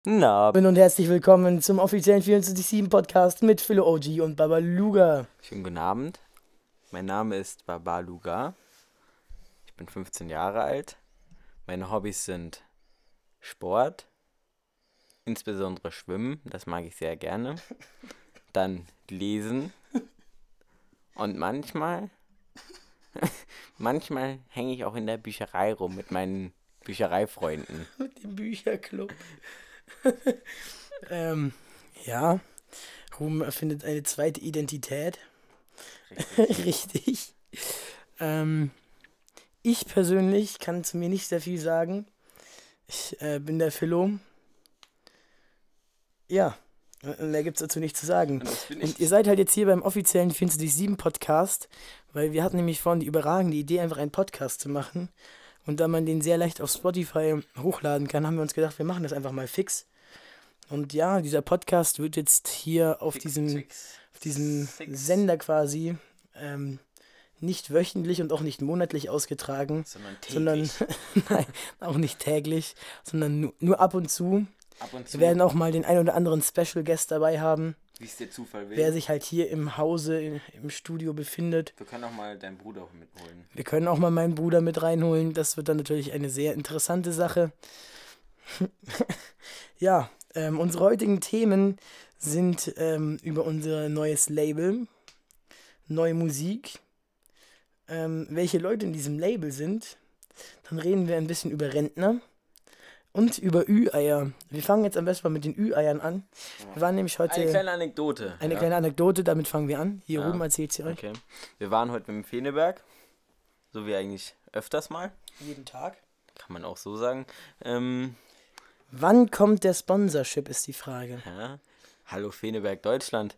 Na, Und herzlich willkommen zum offiziellen 24/7 Podcast mit Philo OG und Baba Luga. schönen guten Abend. Mein Name ist Babaluga. Ich bin 15 Jahre alt. Meine Hobbys sind Sport, insbesondere Schwimmen, das mag ich sehr gerne. Dann Lesen und manchmal hänge ich auch in der Bücherei rum mit meinen Büchereifreunden. Mit dem Bücherclub. ähm, ja, Ruhm erfindet eine zweite Identität. Richtig. Ähm, Ich persönlich kann zu mir nicht sehr viel sagen. Ich bin der Philo. Ja, mehr gibt's dazu nicht zu sagen. Und das bin Und ich. ihr seid halt jetzt hier beim offiziellen 24/7 Podcast, weil wir hatten nämlich vorhin die überragende Idee, einfach einen Podcast zu machen. Und da man den sehr leicht auf Spotify hochladen kann, haben wir uns gedacht, wir machen das einfach mal fix. Und ja, dieser Podcast wird jetzt hier auf diesem Sender quasi nicht wöchentlich und auch nicht monatlich ausgetragen, Sondern sondern nein, auch nicht täglich, sondern nur ab und zu. ab und Wir werden auch mal den ein oder anderen Special Guest dabei haben, wie es der Zufall wer sich halt hier im Hause, im Studio befindet. Wir können auch mal deinen Bruder mitholen. Wir können auch mal meinen Bruder mit reinholen. Das wird dann natürlich eine sehr interessante Sache. Ja, unsere heutigen Themen sind über unser neues Label, neue Musik, welche Leute in diesem Label sind. Dann reden wir ein bisschen über Rentner und über Ü-Eier. Wir fangen jetzt am besten mal mit den Ü-Eiern an. Wir waren nämlich heute... Eine kleine Anekdote. Eine kleine Anekdote, damit fangen wir an. Hier Ja. oben erzählt sie euch. Okay. Wir waren heute mit dem Feneberg, so wie eigentlich öfters mal, Jeden Tag. kann man auch so sagen. Wann kommt der Sponsorship, ist die Frage. Ja. Hallo Feneberg Deutschland.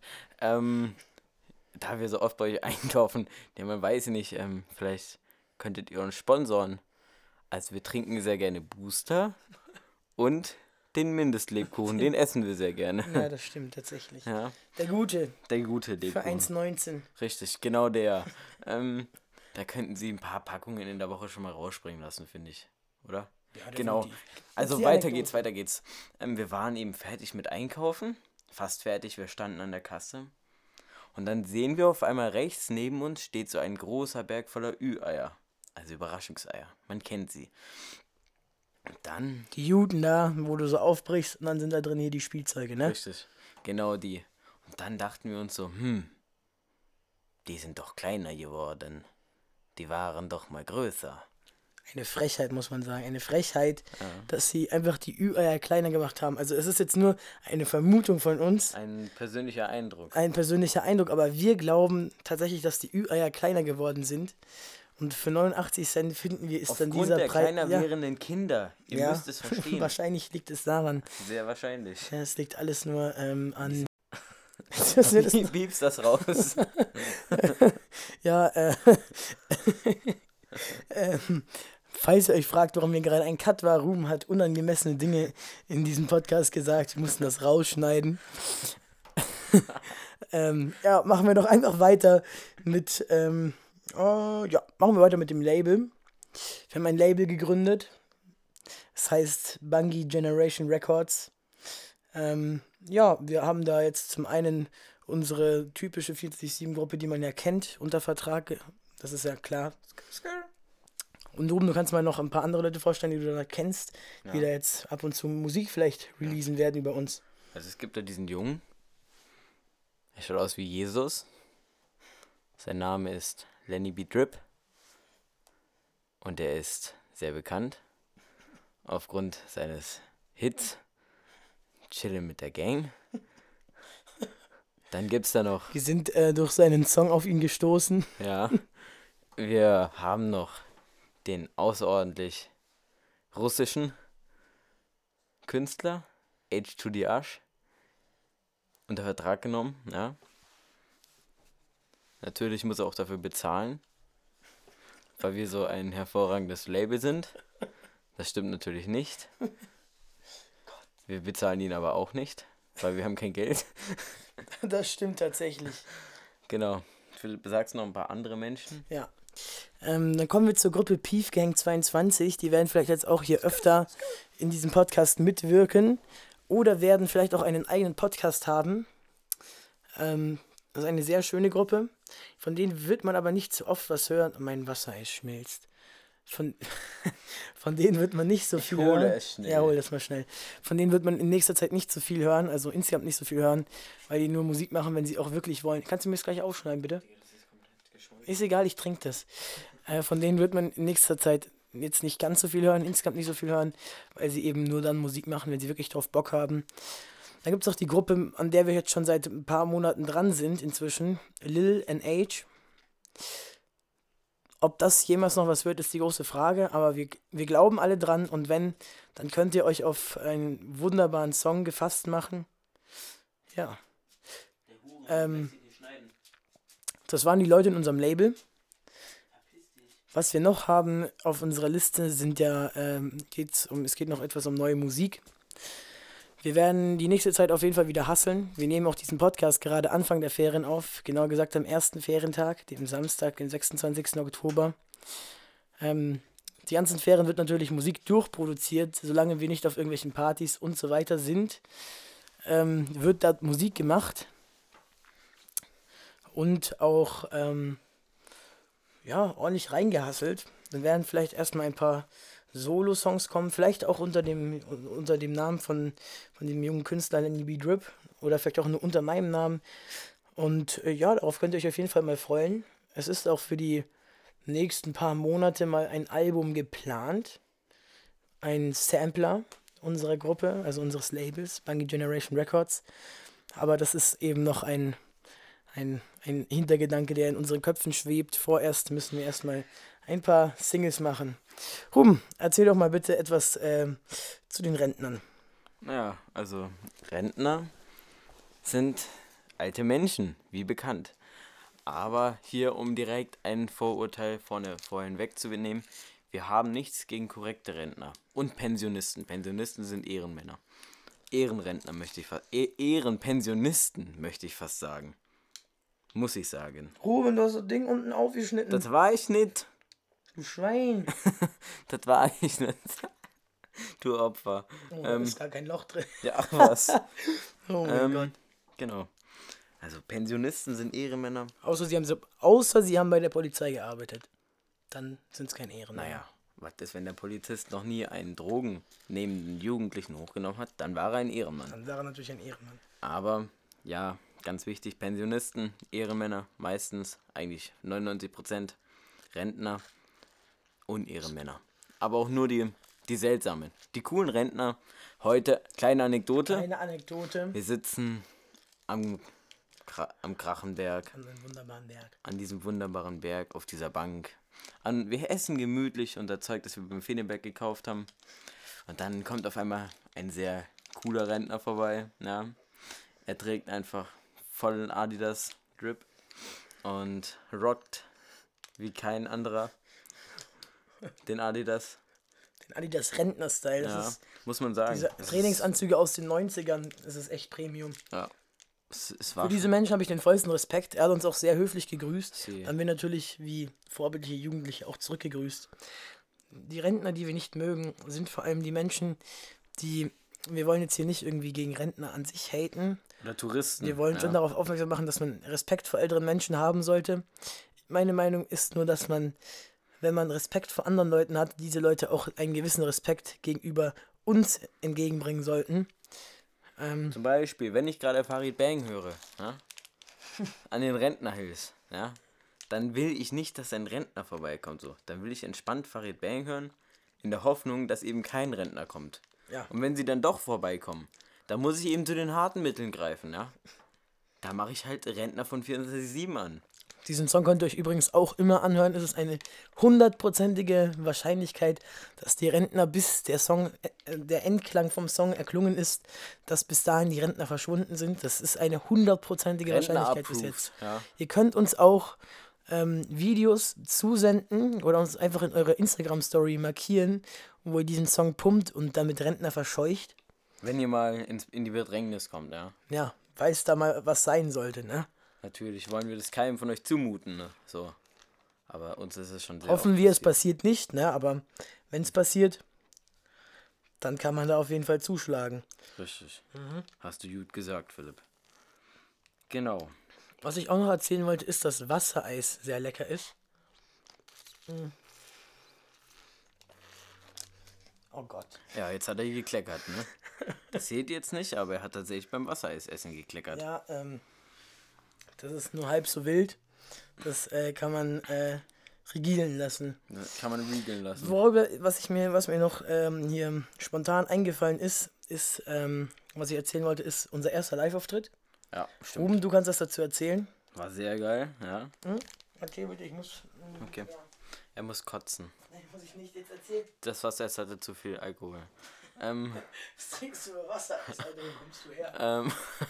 Da wir so oft bei euch einkaufen, ja, man weiß nicht, vielleicht könntet ihr uns sponsoren. Also wir trinken sehr gerne Booster und den Mindestlebkuchen, den essen wir sehr gerne. Ja, das stimmt tatsächlich. Ja, Der gute, der gute für Lebkuchen. 1,19. Richtig, genau der. Da könnten sie ein paar Packungen in der Woche schon mal rausspringen lassen, finde ich. Oder? Ja, Genau. definitiv. Also Erzähl weiter Anekdote. geht's, weiter geht's. Wir waren eben fertig mit Einkaufen. Fast fertig, wir standen an der Kasse. Und dann sehen wir auf einmal rechts neben uns steht so ein großer Berg voller Ü-Eier. Also Überraschungseier. Man kennt sie. Und dann, Die Juden da, wo du so aufbrichst und dann sind da drin hier die Spielzeuge, ne? richtig, genau die. Und dann dachten wir uns so, die sind doch kleiner geworden. Die waren doch mal größer. Eine Frechheit, muss man sagen. Eine Frechheit, dass sie einfach die Ü-Eier kleiner gemacht haben. Also es ist jetzt nur eine Vermutung von uns, Ein persönlicher Eindruck. ein persönlicher Eindruck, aber wir glauben tatsächlich, dass die Ü-Eier kleiner geworden sind. Und für 89 Cent finden wir, ist dann Aufgrund dieser der Preis... kleiner werdenden Kinder. Ihr ja, müsst es verstehen. wahrscheinlich liegt es daran. Sehr wahrscheinlich. Ja, es liegt alles nur an... Das wird es- Piepst das raus. ja, falls ihr euch fragt, warum hier gerade ein Cut war, Ruben hat unangemessene Dinge in diesem Podcast gesagt. Wir mussten das rausschneiden. Ja, machen wir doch einfach weiter mit, machen wir weiter mit dem Label. Wir haben ein Label gegründet. Das heißt Bungie Generation Records. Ja, wir haben da jetzt zum einen unsere typische 40-7-Gruppe, die man ja kennt, unter Vertrag. Das ist ja klar. Und Ruben, du kannst mal noch ein paar andere Leute vorstellen, die du da kennst, die da jetzt ab und zu Musik vielleicht releasen werden über uns. Also es gibt da diesen Jungen. Er schaut aus wie Jesus. Sein Name ist Lenny B. Drip. Und er ist sehr bekannt. Aufgrund seines Hits Chillen mit der Gang. Dann gibt's da noch, Wir sind durch seinen Song auf ihn gestoßen. ja, wir haben noch den außerordentlich russischen Künstler H2The Ash unter Vertrag genommen, ja. Natürlich muss er auch dafür bezahlen, weil wir so ein hervorragendes Label sind. Das stimmt natürlich nicht. Wir bezahlen ihn aber auch nicht, weil wir haben kein Geld. Das stimmt tatsächlich. Genau. Philipp, sagst du noch ein paar andere Menschen? Ja. Dann kommen wir zur Gruppe Pief Gang 22. Die werden vielleicht jetzt auch hier öfter in diesem Podcast mitwirken. oder werden vielleicht auch einen eigenen Podcast haben. Das ist eine sehr schöne Gruppe. Von denen wird man aber nicht so oft was hören. Mein Wassereis schmilzt. Von, von denen wird man nicht so viel hole hören. es schnell. Ja, hol das mal schnell. Von denen wird man in nächster Zeit nicht so viel hören, also insgesamt nicht so viel hören, weil die nur Musik machen, wenn sie auch wirklich wollen. Kannst du mir das gleich aufschneiden, bitte? Ist egal, ich trinke das. Von denen wird man in nächster Zeit jetzt nicht ganz so viel hören, insgesamt nicht so viel hören, weil sie eben nur dann Musik machen, wenn sie wirklich drauf Bock haben. Dann gibt es auch die Gruppe, an der wir jetzt schon seit ein paar Monaten dran sind inzwischen, Lil and Age. Ob das jemals noch was wird, ist die große Frage, aber wir glauben alle dran und wenn, dann könnt ihr euch auf einen wunderbaren Song gefasst machen. Ja. Das waren die Leute in unserem Label. Was wir noch haben auf unserer Liste sind ja, es geht noch etwas um neue Musik. Wir werden die nächste Zeit auf jeden Fall wieder hustlen. Wir nehmen auch diesen Podcast gerade Anfang der Ferien auf. Genau gesagt am ersten Ferientag, dem Samstag, den 26. Oktober. Die ganzen Ferien wird natürlich Musik durchproduziert. Solange wir nicht auf irgendwelchen Partys und so weiter sind, wird da Musik gemacht. Und auch ordentlich reingehasselt. Dann werden vielleicht erstmal ein paar Solo-Songs kommen, vielleicht auch unter dem Namen von dem jungen Künstler Lenny B. Drip oder vielleicht auch nur unter meinem Namen. Und darauf könnt ihr euch auf jeden Fall mal freuen. Es ist auch für die nächsten paar Monate mal ein Album geplant. Ein Sampler unserer Gruppe, also unseres Labels, Bungie Generation Records. Aber das ist eben noch ein Hintergedanke, der in unseren Köpfen schwebt. Vorerst müssen wir erstmal ein paar Singles machen. Ruben, erzähl doch mal bitte etwas zu den Rentnern. Naja, also Rentner sind alte Menschen, wie bekannt. Aber hier, um direkt ein Vorurteil vorhin wegzunehmen, wir haben nichts gegen korrekte Rentner und Pensionisten. Pensionisten sind Ehrenmänner. Ehrenrentner möchte ich fast, Ehrenpensionisten möchte ich fast sagen. Muss ich sagen. Ruben, du hast das Ding unten aufgeschnitten. Das war ich nicht. Du Schwein. Das war ich nicht. Du Opfer. Oh, da ist gar kein Loch drin. Ja, ach was. Oh mein Gott. Genau. Also Pensionisten sind Ehrenmänner. Außer sie haben bei der Polizei gearbeitet. Dann sind es keine Ehrenmänner. Naja, was ist, wenn der Polizist noch nie einen drogennehmenden Jugendlichen hochgenommen hat? Dann war er ein Ehrenmann. Dann wäre er natürlich ein Ehrenmann. Aber, ja, ganz wichtig, Pensionisten, Ehrenmänner, meistens, eigentlich 99%, Rentner und Ehrenmänner. Aber auch nur die seltsamen. Die coolen Rentner. Heute, kleine Anekdote. Wir sitzen am Krachenberg. An einem wunderbaren Berg. An diesem wunderbaren Berg, auf dieser Bank. Wir essen gemütlich unser Zeug, das wir beim Feneberg gekauft haben. Und dann kommt auf einmal ein sehr cooler Rentner vorbei. Ja. Er trägt einfach vollen Adidas Drip und rockt wie kein anderer den Adidas. Den Adidas Rentner-Style. Das ist, muss man sagen. Diese Trainingsanzüge aus den 90ern, das ist echt Premium. Ja. Es war Für diese Menschen habe ich den vollsten Respekt. Er hat uns auch sehr höflich gegrüßt. Sie. Haben wir natürlich wie vorbildliche Jugendliche auch zurückgegrüßt. Die Rentner, die wir nicht mögen, sind vor allem die Menschen, wir wollen jetzt hier nicht irgendwie gegen Rentner an sich haten. Oder Touristen. Wir wollen schon darauf aufmerksam machen, dass man Respekt vor älteren Menschen haben sollte. Meine Meinung ist nur, dass man, wenn man Respekt vor anderen Leuten hat, diese Leute auch einen gewissen Respekt gegenüber uns entgegenbringen sollten. Zum Beispiel, wenn ich gerade Farid Bang höre, ja, an den Rentnerhills, ja, dann will ich nicht, dass ein Rentner vorbeikommt. So. Dann will ich entspannt Farid Bang hören, in der Hoffnung, dass eben kein Rentner kommt. Ja. Und wenn sie dann doch vorbeikommen, dann muss ich eben zu den harten Mitteln greifen, ja. Da mache ich halt Rentner von 24/7 an. Diesen Song könnt ihr euch übrigens auch immer anhören. Es ist eine 100%ige Wahrscheinlichkeit, dass die Rentner, bis der Endklang vom Song erklungen ist, dass bis dahin die Rentner verschwunden sind. Das ist eine 100%ige Wahrscheinlichkeit bis jetzt. Ja. Ihr könnt uns auch Videos zusenden oder uns einfach in eurer Instagram-Story markieren, wo ihr diesen Song pumpt und damit Rentner verscheucht. Wenn ihr mal in die Bedrängnis kommt, ja. Ja, weil es da mal was sein sollte, ne? Natürlich wollen wir das keinem von euch zumuten, ne? So. Aber uns ist es schon sehr Hoffen oft wir, es passiert. passiert nicht, ne? Aber wenn es passiert, dann kann man da auf jeden Fall zuschlagen. Richtig. Hast du gut gesagt, Philipp. Genau. Was ich auch noch erzählen wollte, ist, dass Wassereis sehr lecker ist. Oh Gott. Ja, jetzt hat er hier gekleckert, ne? Das seht ihr jetzt nicht, aber er hat tatsächlich beim Wassereisessen gekleckert. Ja, das ist nur halb so wild. Das kann man regielen lassen. Ja, kann man regeln lassen. Was mir noch hier spontan eingefallen ist, was ich erzählen wollte, ist unser erster Live-Auftritt. Ja, stimmt. Ruben, du kannst das dazu erzählen. War sehr geil, ja. Okay, bitte, ich muss... Okay. Er muss kotzen. Nein, muss ich nicht jetzt erzählen. Das Wasser jetzt hatte zu viel Alkohol. Was trinkst du über Wassereis, Alter? Wo kommst du her?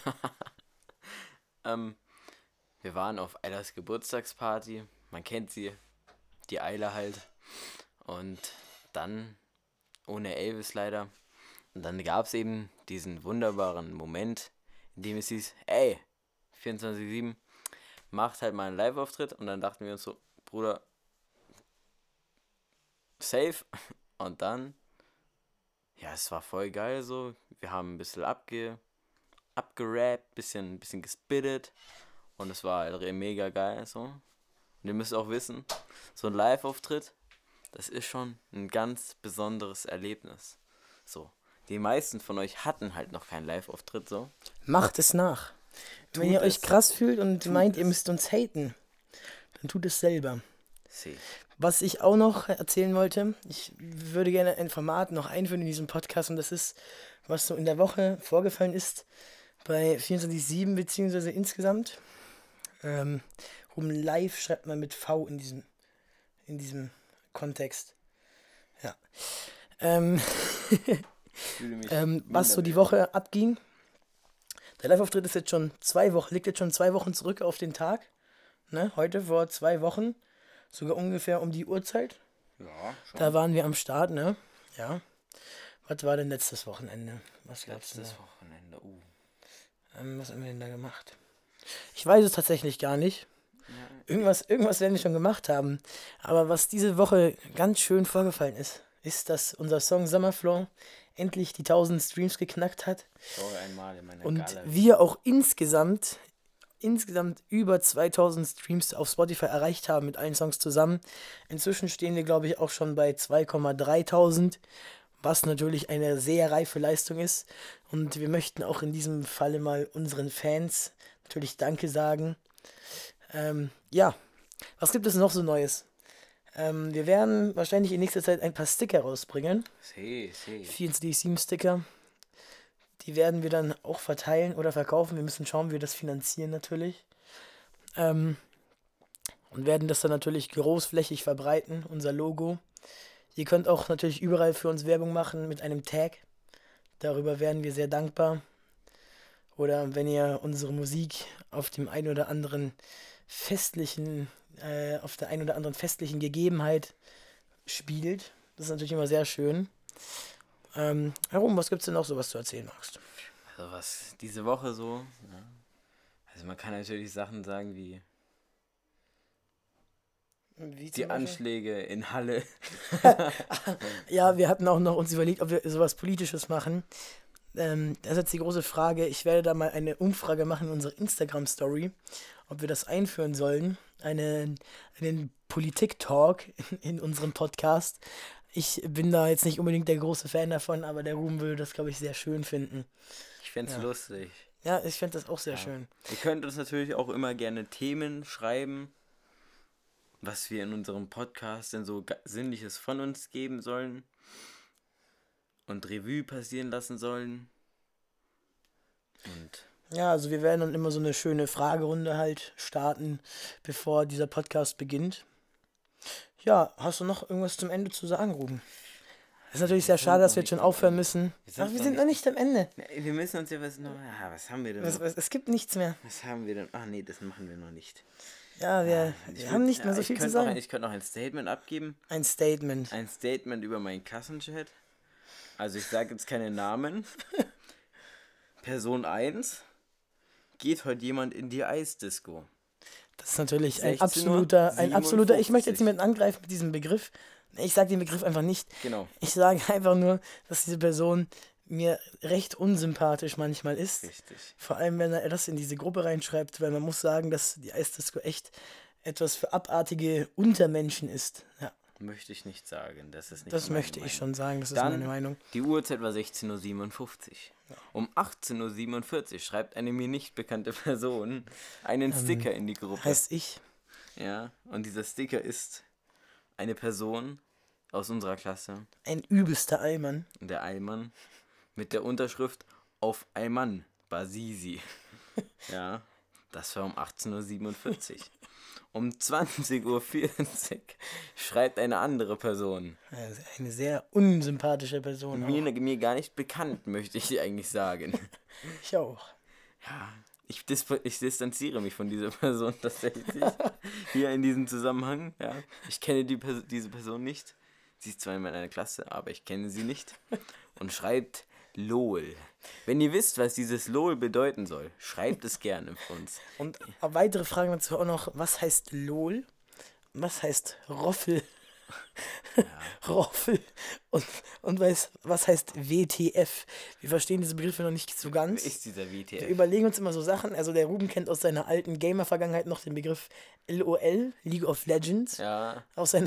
Wir waren auf Eilers Geburtstagsparty. Man kennt sie. Die Eile halt. Und dann, ohne Elvis leider. Und dann gab es eben diesen wunderbaren Moment, in dem es hieß, ey, 24/7, macht halt mal einen Live-Auftritt. Und dann dachten wir uns so, Bruder, safe. Und dann, ja, es war voll geil so. Wir haben ein bisschen abgerappt, bisschen gespittet. Und es war halt mega geil so. Und ihr müsst auch wissen, so ein Live-Auftritt, das ist schon ein ganz besonderes Erlebnis. So. Die meisten von euch hatten halt noch keinen Live-Auftritt so. Macht es nach. Wenn ihr euch krass fühlt und meint, ihr müsst uns haten, dann tut es selber. See. Was ich auch noch erzählen wollte, ich würde gerne ein Format noch einführen in diesem Podcast und das ist, was so in der Woche vorgefallen ist bei 24/7 beziehungsweise insgesamt. Live schreibt man mit V in diesem Kontext. Ja. Was so die Woche abging. Der Live-Auftritt ist jetzt schon liegt jetzt schon 2 Wochen zurück auf den Tag. Ne? Heute vor 2 Wochen. Sogar ungefähr um die Uhrzeit. Ja, schon. Da waren wir am Start, ne? Ja. Was war denn letztes Wochenende? Was gab's denn da? Letztes Wochenende, Was haben wir denn da gemacht? Ich weiß es tatsächlich gar nicht. Irgendwas werden wir schon gemacht haben. Aber was diese Woche ganz schön vorgefallen ist, dass unser Song Summerflow endlich die 1000 Streams geknackt hat. Schau einmal in meiner Und Galerie. wir auch insgesamt über 2000 Streams auf Spotify erreicht haben mit allen Songs zusammen. Inzwischen stehen wir, glaube ich, auch schon bei 2.300, was natürlich eine sehr reife Leistung ist. Und wir möchten auch in diesem Falle mal unseren Fans natürlich Danke sagen. Ja, was gibt es noch so Neues? Wir werden wahrscheinlich in nächster Zeit ein paar Sticker rausbringen. 24/7 Sticker. Die werden wir dann auch verteilen oder verkaufen. Wir müssen schauen, wie wir das finanzieren natürlich. Und werden das dann natürlich großflächig verbreiten, unser Logo. Ihr könnt auch natürlich überall für uns Werbung machen mit einem Tag. Darüber wären wir sehr dankbar. Oder wenn ihr unsere Musik auf dem ein oder anderen festlichen Gegebenheit spielt. Das ist natürlich immer sehr schön. Herum, was gibt's denn noch so, was du erzählen magst? Also was diese Woche so, ja. Also man kann natürlich Sachen sagen wie die Anschläge in Halle. Ja, wir hatten auch noch uns überlegt, ob wir sowas Politisches machen. Das ist jetzt die große Frage. Ich werde da mal eine Umfrage machen in unserer Instagram-Story, ob wir das einführen sollen. Einen Politik-Talk in unserem Podcast. Ich bin da jetzt nicht unbedingt der große Fan davon, aber der Ruben würde das, glaube ich, sehr schön finden. Ich fände es lustig. Ja, ich fände das auch sehr schön. Ihr könnt uns natürlich auch immer gerne Themen schreiben, was wir in unserem Podcast denn so Sinnliches von uns geben sollen und Revue passieren lassen sollen. Und ja, also wir werden dann immer so eine schöne Fragerunde halt starten, bevor dieser Podcast beginnt. Ja, hast du noch irgendwas zum Ende zu sagen, Ruben? Es ist natürlich sehr schade, dass wir jetzt schon aufhören müssen. Ach, wir sind noch nicht am Ende. Wir müssen uns ja was haben wir denn noch? Es gibt nichts mehr. Was haben wir denn? Ach nee, das machen wir noch nicht. Ja, wir haben nicht mehr so viel zu sagen. Ich könnte noch ein Statement abgeben. Ein Statement. Ein Statement über meinen Klassenchat. Also ich sage jetzt keine Namen. Person 1. Geht heute jemand in die Eisdisco? Das ist natürlich ein absoluter, ich möchte jetzt niemanden angreifen mit diesem Begriff. Ich sage den Begriff einfach nicht. Genau. Ich sage einfach nur, dass diese Person mir recht unsympathisch manchmal ist. Richtig. Vor allem, wenn er das in diese Gruppe reinschreibt, weil man muss sagen, dass die Eisdisco echt etwas für abartige Untermenschen ist. Ja, Möchte ich nicht sagen. Das ist nicht das meine möchte ich Meinung. schon sagen, das ist Dann, meine Meinung. die Uhrzeit war 16:57 Uhr. Um 18:47 Uhr schreibt eine mir nicht bekannte Person einen Sticker in die Gruppe. Heißt ich. Ja, und dieser Sticker ist eine Person aus unserer Klasse, Ein übelster Allmann. der Ayman, mit der Unterschrift auf Ayman Basisi. Ja, das war um 18:47 Uhr. Um 20:40 Uhr schreibt eine andere Person. Also eine sehr unsympathische Person. Mir gar nicht bekannt, möchte ich eigentlich sagen. Ich auch. Ja, ich distanziere mich von dieser Person tatsächlich hier in diesem Zusammenhang. Ja. Ich kenne diese Person nicht. Sie ist zwar in meiner Klasse, aber ich kenne sie nicht. Und schreibt LOL. Wenn ihr wisst, was dieses LOL bedeuten soll, schreibt es gerne für uns. Und weitere Fragen dazu auch noch, was heißt LOL? Und was heißt Roffel? Roffel. Und was heißt WTF? Wir verstehen diese Begriffe noch nicht so ganz. Wer ist dieser Wir WTF? überlegen uns immer so Sachen. Also der Ruben kennt aus seiner alten Gamer-Vergangenheit noch den Begriff LOL, League of Legends. Ja, Aus seiner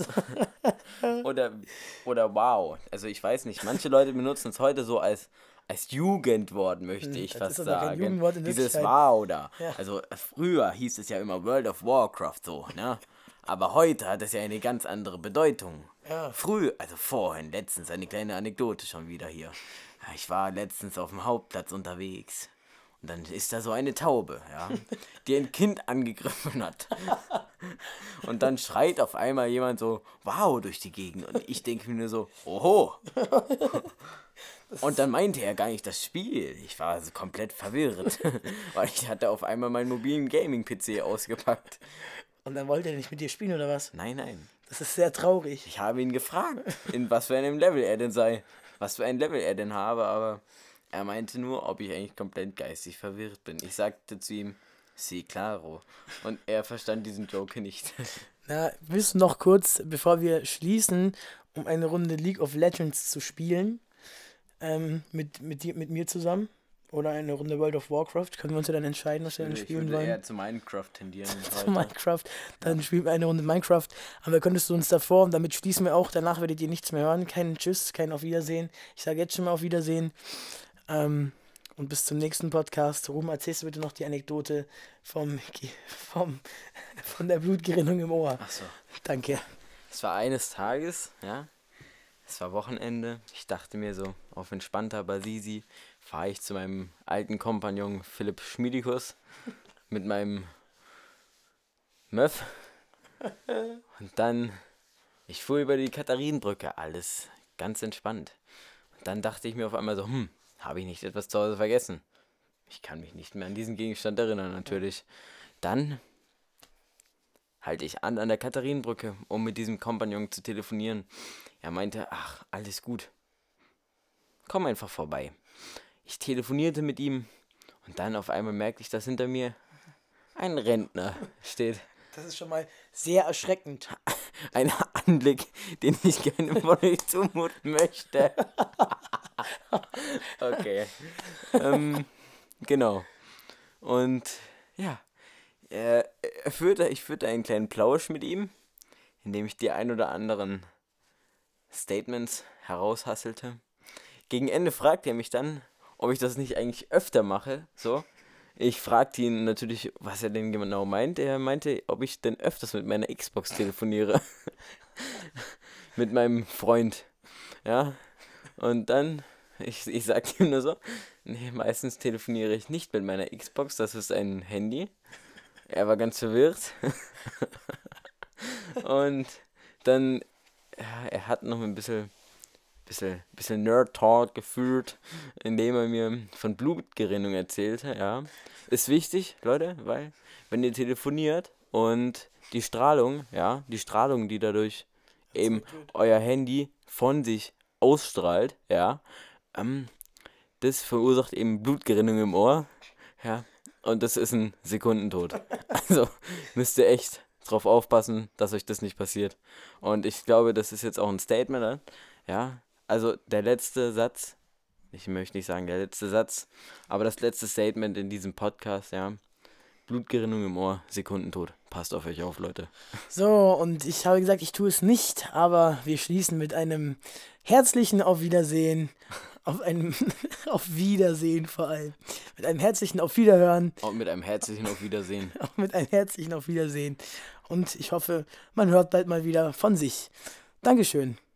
oder wow. Also ich weiß nicht, manche Leute benutzen es heute so als Jugendwort, möchte ich das fast ist aber kein sagen. Jugendwort in Dieses Wirklichkeit. Wow da. Ja. Also früher hieß es ja immer World of Warcraft so, ne? Aber heute hat es ja eine ganz andere Bedeutung. Ja. Letztens eine kleine Anekdote schon wieder hier. Ich war letztens auf dem Hauptplatz unterwegs. Und dann ist da so eine Taube, ja, die ein Kind angegriffen hat. Und dann schreit auf einmal jemand so, wow, durch die Gegend. Und ich denke mir nur so, oho. Und dann meinte er gar nicht das Spiel. Ich war also komplett verwirrt. Weil ich hatte auf einmal meinen mobilen Gaming-PC ausgepackt. Und dann wollte er nicht mit dir spielen, oder was? Nein, nein. Das ist sehr traurig. Ich habe ihn gefragt, in was für einem Level er denn sei. Was für ein Level er denn habe, aber er meinte nur, ob ich eigentlich komplett geistig verwirrt bin. Ich sagte zu ihm, sí, claro. Und er verstand diesen Joke nicht. Na, willst du noch kurz, bevor wir schließen, um eine Runde League of Legends zu spielen, mit mir zusammen? Oder eine Runde World of Warcraft? Können wir uns ja dann entscheiden, was wir dann Ich spielen würde wollen? eher zu Minecraft tendieren. Zu Minecraft. Dann spielen wir eine Runde Minecraft. Aber könntest du uns davor, und damit schließen wir auch, danach werdet ihr nichts mehr hören. Kein Tschüss, kein Auf Wiedersehen. Ich sage jetzt schon mal Auf Wiedersehen. Und bis zum nächsten Podcast. Ruben, erzählst du bitte noch die Anekdote von der Blutgerinnung im Ohr. Ach so. Danke. Es war eines Tages, ja. Es war Wochenende. Ich dachte mir so, auf entspannter Basisi fahre ich zu meinem alten Kompagnon Philipp Schmiedikus mit meinem Möff. Und dann, ich fuhr über die Katharinenbrücke, alles ganz entspannt. Und dann dachte ich mir auf einmal so, habe ich nicht etwas zu Hause vergessen? Ich kann mich nicht mehr an diesen Gegenstand erinnern, natürlich. Dann halte ich an der Katharinenbrücke, um mit diesem Kompagnon zu telefonieren. Er meinte, ach, alles gut. Komm einfach vorbei. Ich telefonierte mit ihm und dann auf einmal merkte ich, dass hinter mir ein Rentner steht. Das ist schon mal sehr erschreckend. Ein Anblick, den ich gerne von euch zumuten möchte. Okay. Genau. Und ja, ich führte einen kleinen Plausch mit ihm, in dem ich die ein oder anderen Statements heraushasselte. Gegen Ende fragte er mich dann, ob ich das nicht eigentlich öfter mache, so. Ich fragte ihn natürlich, was er denn genau meint. Er meinte, ob ich denn öfters mit meiner Xbox telefoniere. Mit meinem Freund. Ja. Und dann, ich sagte ihm nur so, nee, meistens telefoniere ich nicht mit meiner Xbox, das ist ein Handy. Er war ganz verwirrt. Und dann, ja, er hat noch ein bisschen Nerd-Talk geführt, indem er mir von Blutgerinnung erzählte, ja. Ist wichtig, Leute, weil, wenn ihr telefoniert und die Strahlung, die dadurch eben euer Handy von sich ausstrahlt, ja, das verursacht eben Blutgerinnung im Ohr, ja, und das ist ein Sekundentod. Also müsst ihr echt drauf aufpassen, dass euch das nicht passiert. Und ich glaube, das ist jetzt auch ein Statement, ja. Also der letzte Satz, ich möchte nicht sagen der letzte Satz, aber das letzte Statement in diesem Podcast, ja. Blutgerinnung im Ohr, Sekundentod. Passt auf euch auf, Leute. So, und ich habe gesagt, ich tue es nicht, aber wir schließen mit einem herzlichen Auf Wiedersehen. Auf einem Auf Wiedersehen vor allem. Mit einem herzlichen Auf Wiederhören. Und mit einem herzlichen Auf Wiedersehen. Auch mit einem herzlichen Auf Wiedersehen. Und ich hoffe, man hört bald mal wieder von sich. Dankeschön.